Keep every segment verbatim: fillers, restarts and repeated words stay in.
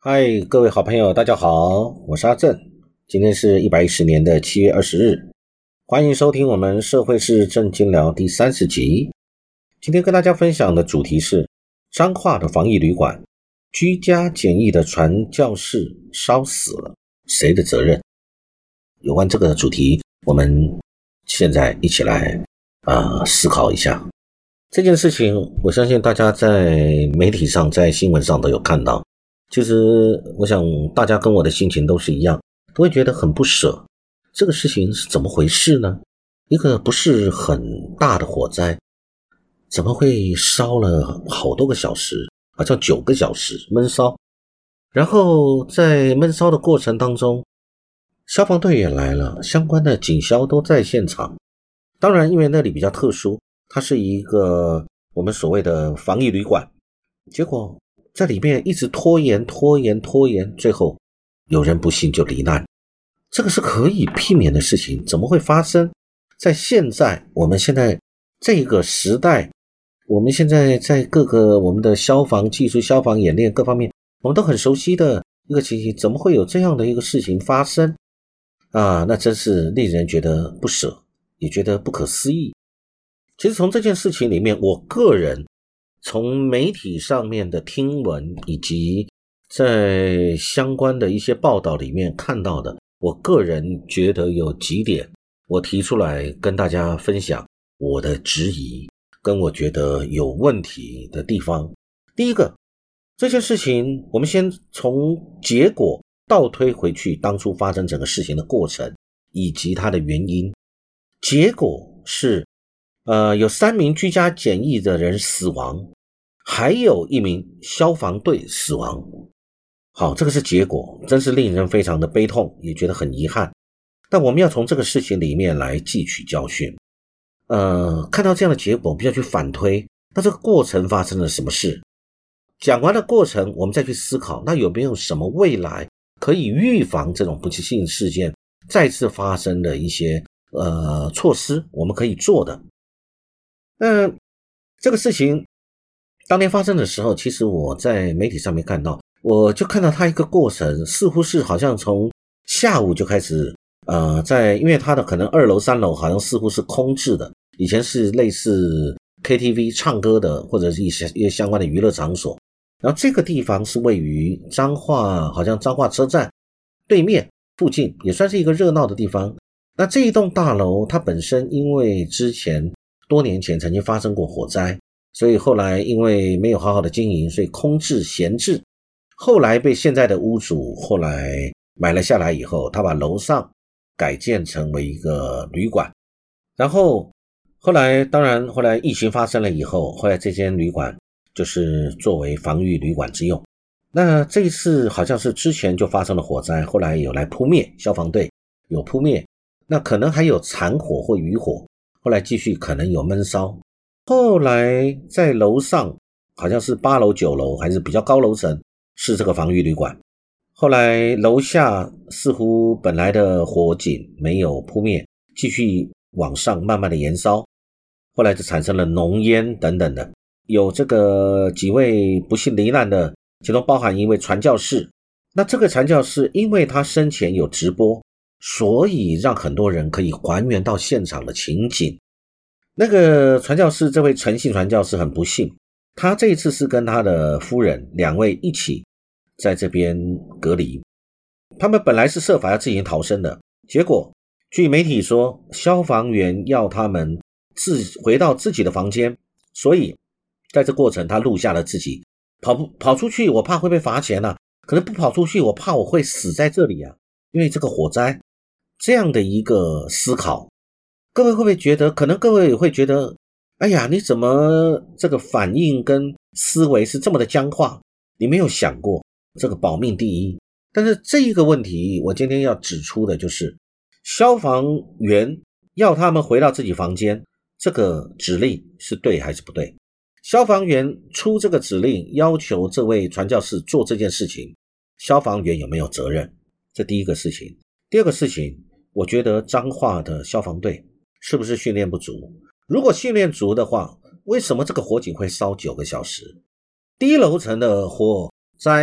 嗨，各位好朋友，大家好，我是阿正。今天是一百一十年的七月二十日，欢迎收听我们社会是正经聊第三十集。今天跟大家分享的主题是彰化的防疫旅馆，居家检疫的传教士烧死了，谁的责任？有关这个主题，我们现在一起来呃思考一下这件事情。我相信大家在媒体上、在新闻上都有看到。其实我想大家跟我的心情都是一样，都会觉得很不舍。这个事情是怎么回事呢？一个不是很大的火灾，怎么会烧了好多个小时，好像九个小时闷烧。然后在闷烧的过程当中，消防队也来了，相关的警消都在现场。当然因为那里比较特殊，它是一个我们所谓的防疫旅馆，结果在里面一直拖延拖延拖延，最后有人不幸就罹难。这个是可以避免的事情，怎么会发生在现在我们现在这个时代？我们现在在各个我们的消防技术、消防演练各方面我们都很熟悉的一个情形，怎么会有这样的一个事情发生啊？那真是令人觉得不舍，也觉得不可思议。其实从这件事情里面，我个人从媒体上面的听闻以及在相关的一些报道里面看到的，我个人觉得有几点我提出来跟大家分享我的质疑跟我觉得有问题的地方。第一个，这件事情我们先从结果倒推回去，当初发生整个事情的过程以及它的原因。结果是呃，有三名居家检疫的人死亡，还有一名消防队死亡。好，这个是结果，真是令人非常的悲痛，也觉得很遗憾。但我们要从这个事情里面来汲取教训。呃，看到这样的结果，我们要去反推，那这个过程发生了什么事？讲完了过程，我们再去思考，那有没有什么未来可以预防这种不幸事件再次发生的一些呃措施，我们可以做的。那这个事情当年发生的时候，其实我在媒体上面看到，我就看到它一个过程，似乎是好像从下午就开始呃，在因为它的可能二楼三楼好像似乎是空置的，以前是类似 K T V 唱歌的或者是一些一些相关的娱乐场所。然后这个地方是位于彰化，好像彰化车站对面附近，也算是一个热闹的地方。那这一栋大楼它本身因为之前多年前曾经发生过火灾，所以后来因为没有好好的经营，所以空置闲置。后来被现在的屋主后来买了下来以后，他把楼上改建成为一个旅馆。然后后来当然后来疫情发生了以后，后来这间旅馆就是作为防御旅馆之用。那这一次好像是之前就发生了火灾，后来有来扑灭，消防队有扑灭，那可能还有残火或余火，后来继续可能有闷烧。后来在楼上好像是八楼九楼还是比较高楼层是这个防御旅馆，后来楼下似乎本来的火警没有扑灭，继续往上慢慢的延烧，后来就产生了浓烟等等的。有这个几位不幸罹难的，其中包含一位传教士。那这个传教士因为他生前有直播，所以让很多人可以还原到现场的情景。那个传教士，这位陈姓传教士很不幸，他这一次是跟他的夫人两位一起在这边隔离。他们本来是设法要自行逃生的，结果据媒体说，消防员要他们自回到自己的房间，所以在这过程他录下了自己跑跑出去，我怕会被罚钱啊，可能不跑出去，我怕我会死在这里啊，因为这个火灾。这样的一个思考，各位会不会觉得，可能各位也会觉得，哎呀，你怎么这个反应跟思维是这么的僵化？你没有想过这个保命第一。但是这一个问题，我今天要指出的就是，消防员要他们回到自己房间，这个指令是对还是不对？消防员出这个指令，要求这位传教士做这件事情，消防员有没有责任？这第一个事情。第二个事情，我觉得彰化的消防队是不是训练不足？如果训练足的话，为什么这个火警会烧九个小时？低楼层的火灾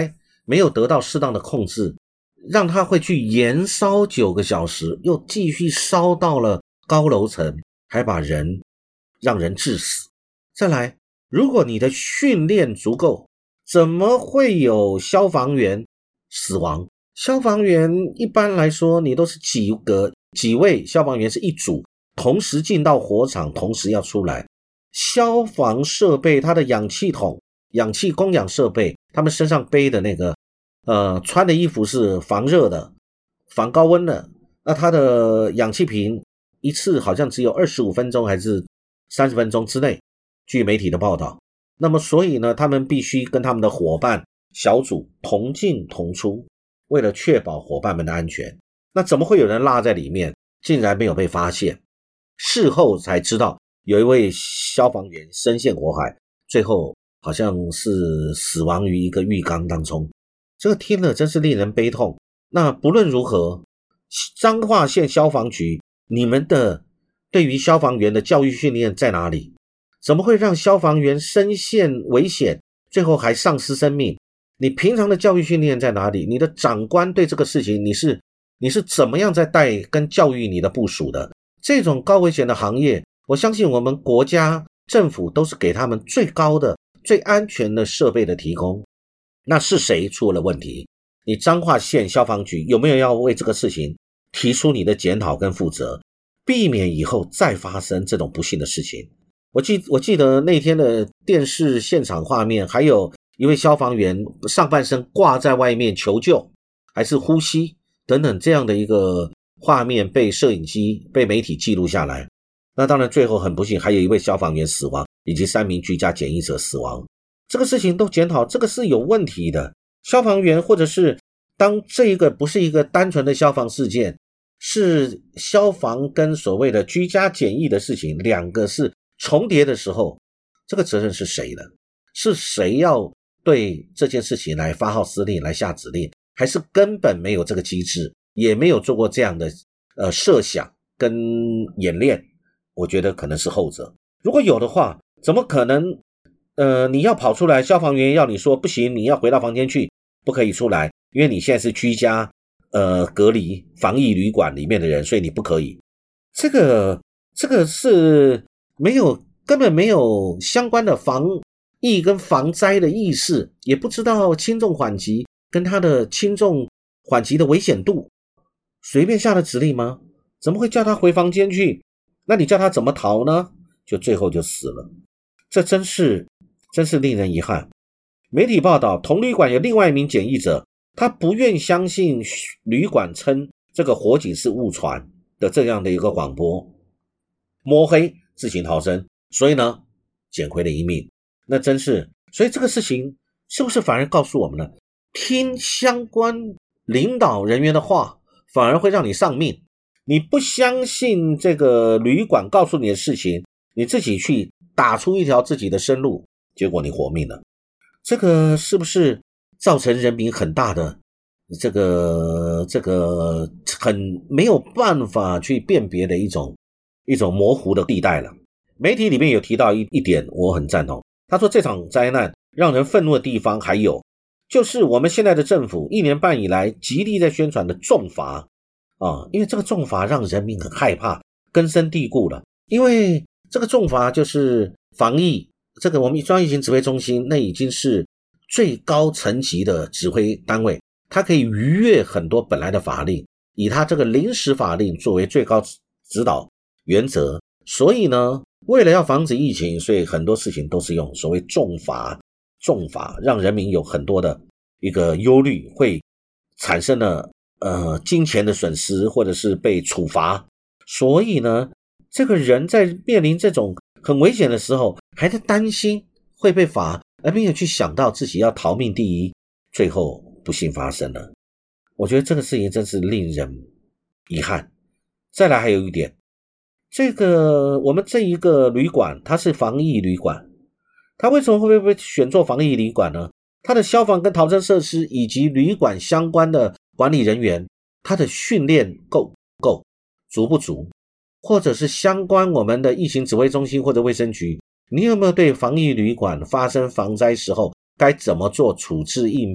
没有得到适当的控制，让它会去延烧九个小时，又继续烧到了高楼层，还把人让人致死。再来，如果你的训练足够，怎么会有消防员死亡？消防员一般来说，你都是几个几位消防员是一组，同时进到火场，同时要出来。消防设备，它的氧气筒、氧气供氧设备，他们身上背的那个呃，穿的衣服是防热的、防高温的，那它的氧气瓶一次好像只有二十五分钟还是三十分钟之内，据媒体的报道。那么所以呢，他们必须跟他们的伙伴小组同进同出，为了确保伙伴们的安全。那怎么会有人落在里面，竟然没有被发现？事后才知道有一位消防员身陷火海，最后好像是死亡于一个浴缸当中。这个听了真是令人悲痛。那不论如何，彰化县消防局，你们的对于消防员的教育训练在哪里？怎么会让消防员身陷危险，最后还丧失生命？你平常的教育训练在哪里？你的长官对这个事情，你是你是怎么样在带跟教育你的部属的？这种高危险的行业，我相信我们国家政府都是给他们最高的、最安全的设备的提供。那是谁出了问题？你彰化县消防局有没有要为这个事情提出你的检讨跟负责，避免以后再发生这种不幸的事情？我记我记得那天的电视现场画面，还有一位消防员上半身挂在外面求救，还是呼吸等等这样的一个画面被摄影机、被媒体记录下来。那当然最后很不幸，还有一位消防员死亡，以及三名居家检疫者死亡。这个事情都检讨，这个是有问题的。消防员或者是当这一个不是一个单纯的消防事件，是消防跟所谓的居家检疫的事情，两个是重叠的时候，这个责任是谁的？是谁要对这件事情来发号施令、来下指令，还是根本没有这个机制，也没有做过这样的呃设想跟演练？我觉得可能是后者。如果有的话，怎么可能呃你要跑出来，消防员要你说不行，你要回到房间去，不可以出来，因为你现在是居家呃隔离防疫旅馆里面的人，所以你不可以。这个这个是没有根本没有相关的防疫跟防灾的意识，也不知道轻重缓急跟它的轻重缓急的危险度，随便下的指令吗？怎么会叫他回房间去？那你叫他怎么逃呢？就最后就死了。这真是真是令人遗憾。媒体报道，同旅馆有另外一名检疫者，他不愿相信旅馆称这个火警是误传的这样的一个广播，摸黑自行逃生，所以呢捡回了一命。那真是，所以这个事情是不是反而告诉我们呢？听相关领导人员的话，反而会让你丧命。你不相信这个旅馆告诉你的事情，你自己去打出一条自己的生路，结果你活命了。这个是不是造成人民很大的这个这个很没有办法去辨别的一种一种模糊的地带了？媒体里面有提到一一点，我很赞同。他说这场灾难让人愤怒的地方还有就是我们现在的政府一年半以来极力在宣传的重罚啊，因为这个重罚让人民很害怕，根深蒂固了。因为这个重罚就是防疫，这个我们中央疫情指挥中心那已经是最高层级的指挥单位，它可以逾越很多本来的法令，以它这个临时法令作为最高指导原则。所以呢，为了要防止疫情，所以很多事情都是用所谓重罚重罚，让人民有很多的一个忧虑，会产生了呃金钱的损失，或者是被处罚。所以呢，这个人在面临这种很危险的时候，还在担心会被罚，而没有去想到自己要逃命第一，最后不幸发生了。我觉得这个事情真是令人遗憾。再来还有一点，这个我们这一个旅馆它是防疫旅馆，它为什么会被选做防疫旅馆呢？它的消防跟逃生设施以及旅馆相关的管理人员，它的训练够不够，足不足，或者是相关我们的疫情指挥中心或者卫生局，你有没有对防疫旅馆发生防灾时候该怎么做处置应变，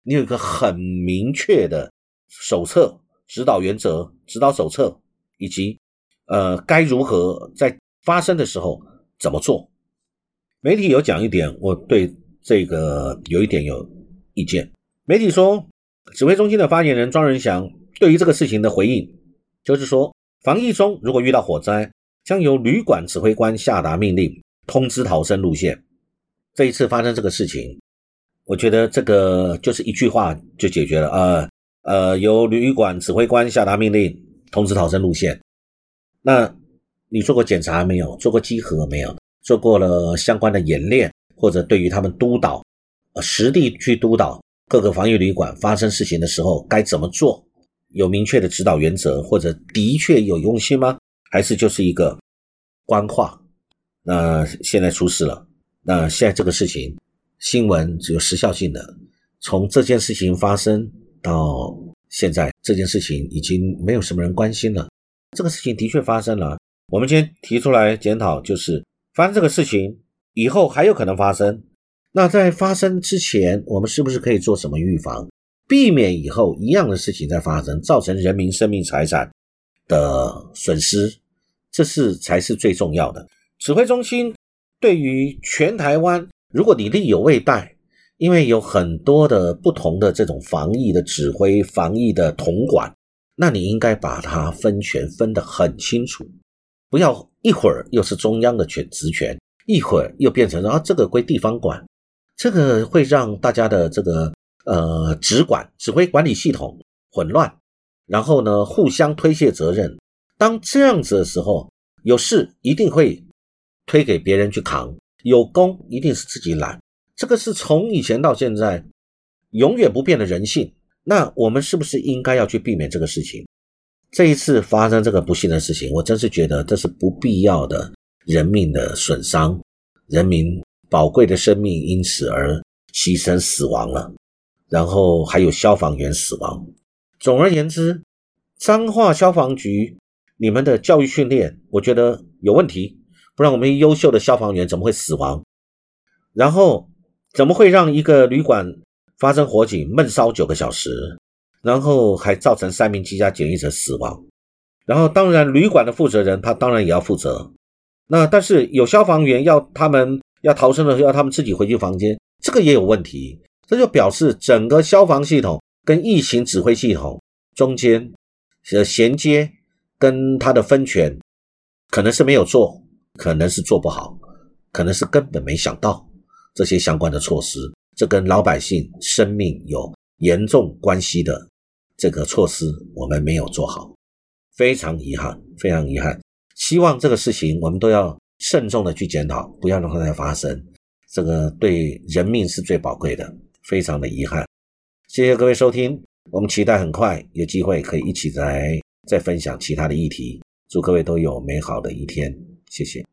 你有一个很明确的手册、指导原则、指导手册，以及呃该如何在发生的时候怎么做。媒体有讲一点，我对这个有一点有意见。媒体说，指挥中心的发言人庄人祥对于这个事情的回应，就是说，防疫中如果遇到火灾，将由旅馆指挥官下达命令，通知逃生路线。这一次发生这个事情，我觉得这个就是一句话就解决了，呃呃，由旅馆指挥官下达命令，通知逃生路线。那你做过检查没有？做过稽核没有？做过了相关的演练，或者对于他们督导，呃，实地去督导各个防疫旅馆发生事情的时候该怎么做？有明确的指导原则，或者的确有用心吗？还是就是一个官话？那现在出事了，那现在这个事情新闻只有时效性的，从这件事情发生到现在，这件事情已经没有什么人关心了。这个事情的确发生了，我们今天提出来检讨，就是发生这个事情以后还有可能发生，那在发生之前我们是不是可以做什么预防，避免以后一样的事情再发生，造成人民生命财产的损失，这是才是最重要的。指挥中心对于全台湾，如果你力有未逮，因为有很多的不同的这种防疫的指挥、防疫的统管，那你应该把它分权分得很清楚，不要一会儿又是中央的权职权，一会儿又变成啊这个归地方管，这个会让大家的这个呃指管指挥管理系统混乱，然后呢互相推卸责任。当这样子的时候，有事一定会推给别人去扛，有功一定是自己揽，这个是从以前到现在永远不变的人性。那我们是不是应该要去避免这个事情？这一次发生这个不幸的事情，我真是觉得这是不必要的人命的损伤，人民宝贵的生命因此而牺牲死亡了，然后还有消防员死亡。总而言之，彰化消防局你们的教育训练我觉得有问题，不然我们优秀的消防员怎么会死亡？然后怎么会让一个旅馆发生火警闷烧九个小时，然后还造成三名居家检疫者死亡？然后当然旅馆的负责人他当然也要负责，那但是有消防员要他们要逃生的时候要他们自己回去房间，这个也有问题。这就表示整个消防系统跟疫情指挥系统中间的衔接跟它的分权可能是没有做，可能是做不好，可能是根本没想到这些相关的措施，这跟老百姓生命有严重关系的这个措施我们没有做好，非常遗憾，非常遗憾。希望这个事情我们都要慎重的去检讨，不要让它再发生，这个对人命是最宝贵的，非常的遗憾。谢谢各位收听，我们期待很快有机会可以一起来再分享其他的议题，祝各位都有美好的一天，谢谢。